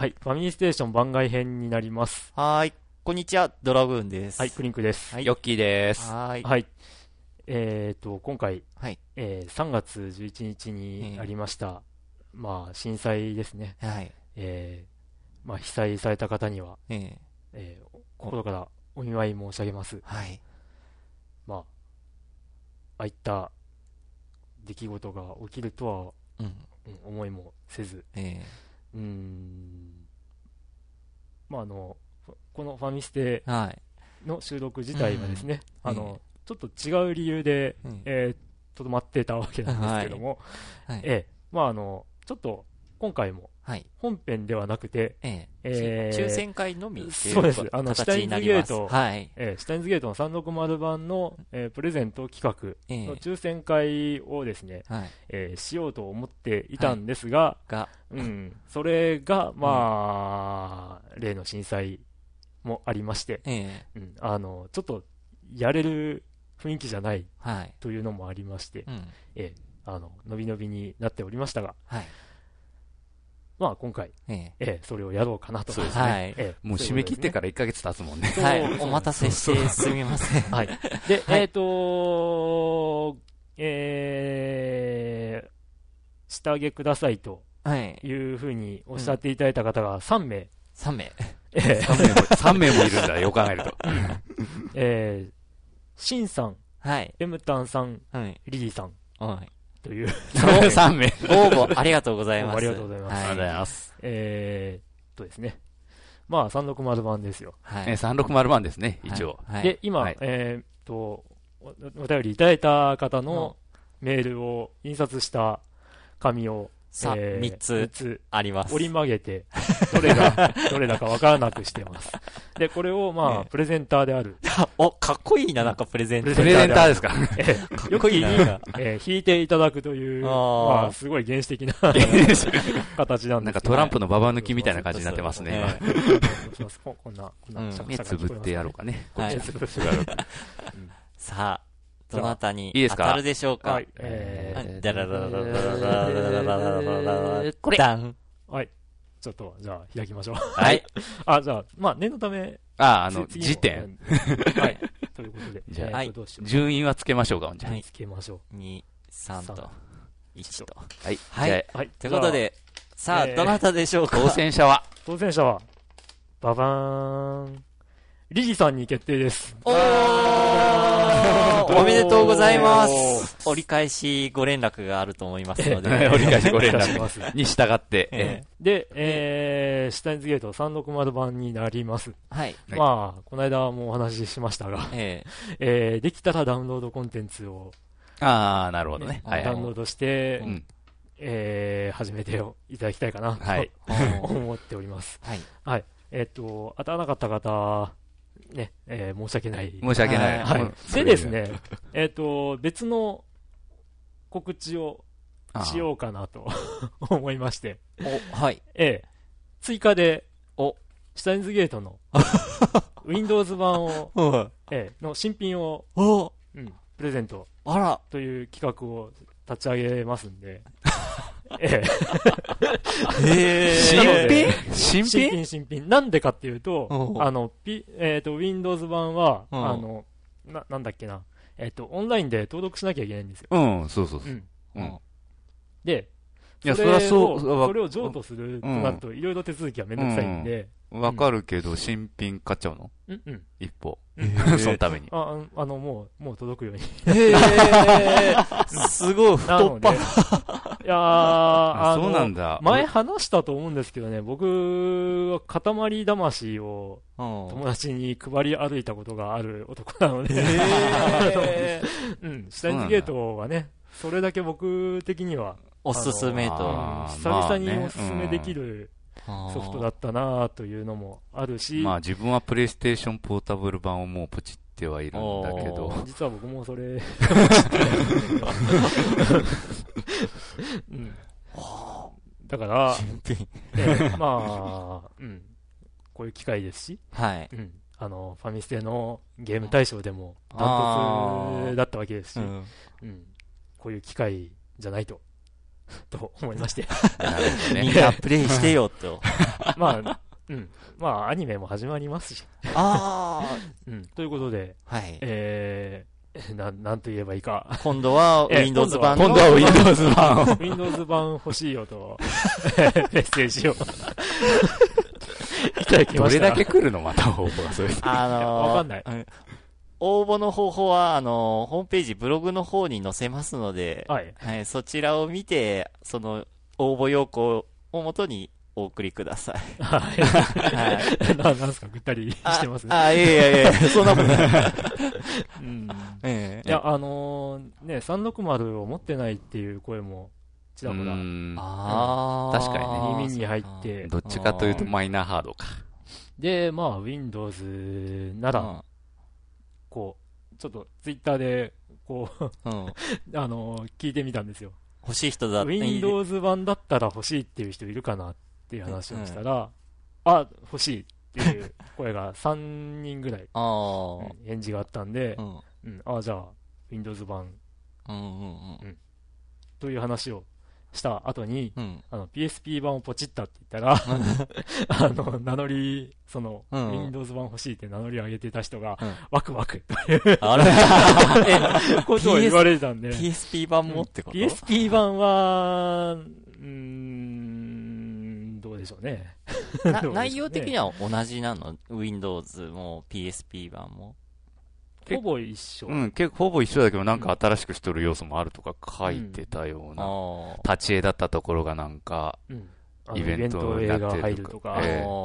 はい、ファミリーステーション番外編になります。 はーい、こんにちは、ドラグーンです。 はい、クリンクです。 はい、 ヨッキーです。 はい。今回、 はい、 3月11日にありました、まあ、震災ですね。 はい。 まあ、被災された方には、心からお見舞い申し上げます。 はい。 まあ、ああいった出来事が起きるとは、思いもせず、まあ、このファミステの収録自体がですね、ちょっと違う理由で、とどまってたわけなんですけども、まあ、ちょっと今回も本編ではなくて、 抽選会のみっていうそうです。シュタイ形になンズゲーります。 ト、 はい。 シュタインズゲートの360版の、プレゼント企画の抽選会をですね、しようと思っていたんですが、それが、まあ、例の震災もありまして、ちょっとやれる雰囲気じゃないというのもありまして、のびのびになっておりましたが、まあ今回、それをやろうかなと。 そうですね。もう締め切ってから1ヶ月経つもんね。 はい。お待たせしてすみません。 はい。で、下上げくださいというふうにおっしゃっていただいた方が3名。 3名。 3名もいるんだ、よく考えると。 シンさん、エムタンさん、リリーさん。という 3名応募ありがとうございます。 ありがとうございます。 ありがとうございます。 ですね。まあ、360番ですよ。 360番ですね、一応。 で、今、お便りいただいた方のメールを印刷した紙を、 3つあります。 折り曲げて、どれだかわからなくしてます。で、これを、まあ、プレゼンターである。 かっこいいな、なんかプレゼンター。 プレゼンターですか。 よく弾いていただくという、まあ、すごい原始的な形なんです。 なんかトランプのババ抜きみたいな感じになってますね、 今。こんな、 目つぶってやろうかね。 さあ、どなたに当いいですかたるでしょうか。 これ。 ダン。 はい。ちょっと、じゃあ、開きましょう。 はい。 じゃあ、まあ、念のため。 時点。 はい。ということで。 じゃあ、順位はつけましょうか、じゃあ。 つけましょう。 2、3と、1と。 はい。 はい。ということで、さあ、どなたでしょうか。 当選者は、 ババーン。リリさんに決定です。 おめでとうございます。折り返しご連絡があると思いますので。 折り返しご連絡に従って。 で、シュタインズゲート360版になります。 はい。 まあ、この間もお話ししましたが、できたらダウンロードコンテンツを、 なるほどね。 ダウンロードして、始めていただきたいかなと思っております。はい。当たらなかった方、ね、申し訳ない。 申し訳ない。 はい。でですね、別の告知をしようかなと思いまして。 はい。 追加で、シュタインズゲートの Windows 版を、の新品を、プレゼントという企画を立ち上げますんで。新品なんでかっていうと、Windows 版は、なんだっけな、オンラインで登録しなきゃいけないんですよ。 そう。 で、それを譲渡するとなると、いろいろ手続きがめんどくさいんで。 わかるけど、新品買っちゃうの？一歩。そのために。 もう届くように。 すごい、太っ腹。 いやそうなんだ。 前話したと思うんですけどね、僕は塊魂を友達に配り歩いたことがある男なので、シュタインズゲートはね、それだけ僕的には、 おすすめと。 久々におすすめできるソフトだったなというのもあるし、 まあ自分はプレイステーションポータブル版をもうポチってはいるんだけど、 実は僕もそれだからまあ、こういう機会ですし、ファミステのゲーム大賞でもダントツだったわけですし、こういう機会じゃないと思いましてみんなプレイしてよとまあ、うん。まあ、アニメも始まりますし。うん。ということで、 はい。 なんと言えばいいか。 今度は Windows 版今度は Windows 版。 Windows 版欲しいよと、メッセージをいただきました。 どれだけ来るのまた応募がそれ。 わかんない。 応募の方法は、ホームページ、ブログの方に載せますので、はい。はい、そちらを見て、その、応募要項をもとにお送りください。はい。 はい。なんですか、ぐったりしてますね。 いや、そんなことない。 うん。いや、ね、360を持ってないっていう声も、ちらほら。 確かにね。耳に入って。 どっちかというとマイナーハードか。 で、まあ、Windows なら、こう、ちょっとツイッターで、こう、聞いてみたんですよ。 欲しい人だって。Windows 版だったら欲しいっていう人いるかなっていう話をしたら、あ、欲しいっていう声が3人ぐらい、返事があったんで、じゃあ、Windows 版、という話をした後に、PSP 版をポチったって言ったら、名乗り、Windows 版欲しいって名乗り上げてた人が、ワクワクということを言われてたんで。 PSP 版もってこと？ PSP 版は、どうでしょうね。 内容的には同じなの？ Windows も PSP 版も。 ほぼ一緒。 結構ほぼ一緒だけど、なんか新しくしとる要素もあるとか書いてたような。立ち絵だったところがなんか、イベントになってるとか。 入るとか。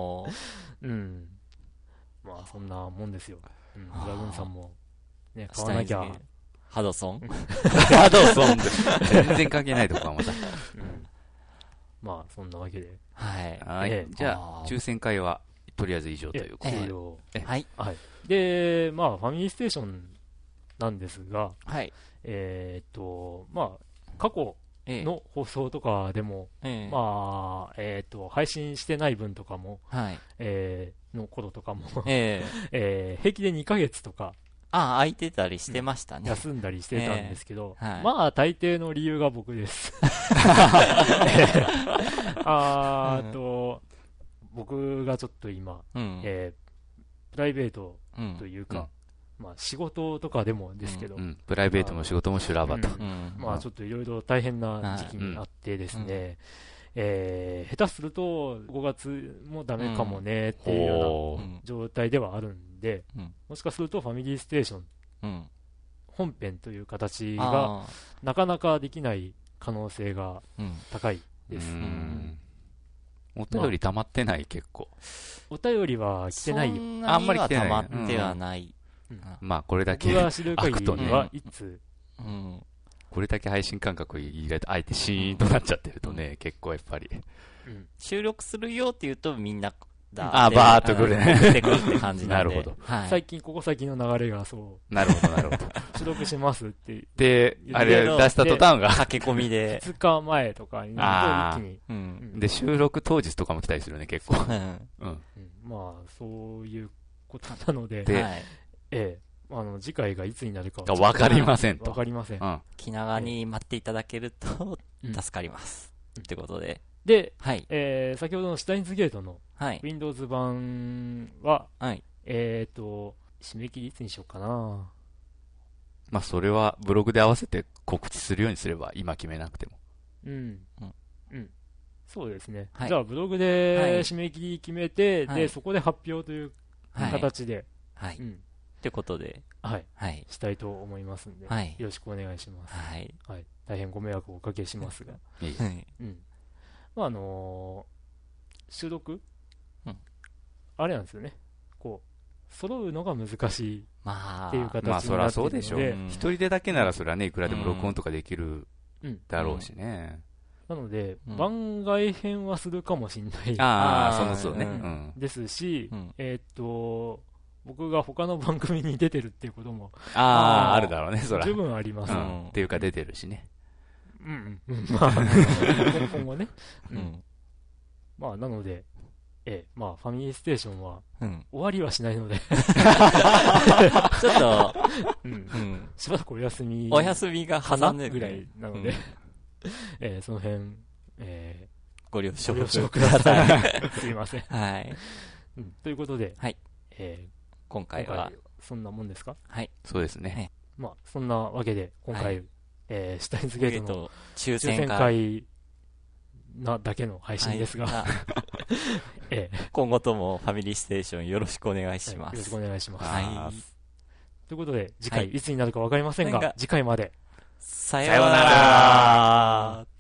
まあ、そんなもんですよ。ドラグーンさんも、ね、買わなきゃ。 ハドソンハドソン全然関係ないとこはまた。 まあ、そんなわけで。 はい。じゃあ、抽選会は、とりあえず以上ということで。はい。 で、まあ、ファミリーステーションなんですが、 はい。 まあ、過去の放送とかでも、まあ、配信してない分とかも、の頃とかも、平気で2ヶ月とか、 空いてたりしてましたね。 休んだりしてたんですけど、まあ、大抵の理由が僕です。僕がちょっと今、プライベートというか、まあ仕事とかでもですけど、 プライベートも仕事も修羅場と。 まあちょっといろいろ大変な時期にあってですね、下手すると5月もダメかもねっていうような状態ではあるんで、もしかするとファミリーステーション、本編という形がなかなかできない可能性が高いです。 お便り溜まってない結構。 お便りは来てないよ。 あんまり来てない。溜まってはない。 まあこれだけ僕が知る限りはいつ、 これだけ配信感覚意外とあえてシーンとなっちゃってるとね、結構やっぱり。 収録するよって言うとみんなバーっとくるね。 送ってくるって感じなんで。 なるほど。 ここ最近の流れがそう。 なるほど、なるほど。 収録しますって。 で、あれ出した途端が。 駆け込みで。 2日前とかに一気に。 で、収録当日とかも来たりするね、結構。 まあ、そういうことなので、次回がいつになるかわかりませんと。 わかりません。 気長に待っていただけると助かります。ってことで。 で、先ほどのシュタインズゲートの Windows 版は、締め切りいつにしようかな。 まあ、それはブログで合わせて告知するようにすれば、今決めなくても。 そうですね。じゃあ、ブログで締め切り決めて、で、そこで発表という形で、 ってことで、 したいと思いますんで、よろしくお願いします。大変ご迷惑をおかけしますが。まあ収録、あれなんですよね。こう、揃うのが難しいっていう形になっているので。 まあ、そりゃそうでしょう。一人でだけならそれはね、いくらでも録音とかできるだろうしね。 なので、番外編はするかもしれない。 そうね。 ですし、僕が他の番組に出てるっていうことも。 あるだろうね、そら。 十分あります。 っていうか出てるしね。 まあ、今後ね。まあ、なので、まあ、ファミリーステーションは、終わりはしないので。 ちょっと、 しばらくお休み。 お休みが挟んでぐらいなので、その辺、 ご了承ください。 すいません。 はい。 ということで、 はい。今回は、 そんなもんですか？ はい。 そうですね。 まあ、そんなわけで、今回、シュタインズゲートの抽選会なだけの配信ですが、 今後ともファミリーステーションよろしくお願いします。 よろしくお願いします。 はい。 ということで、次回いつになるかわかりませんが、次回まで。 さようなら。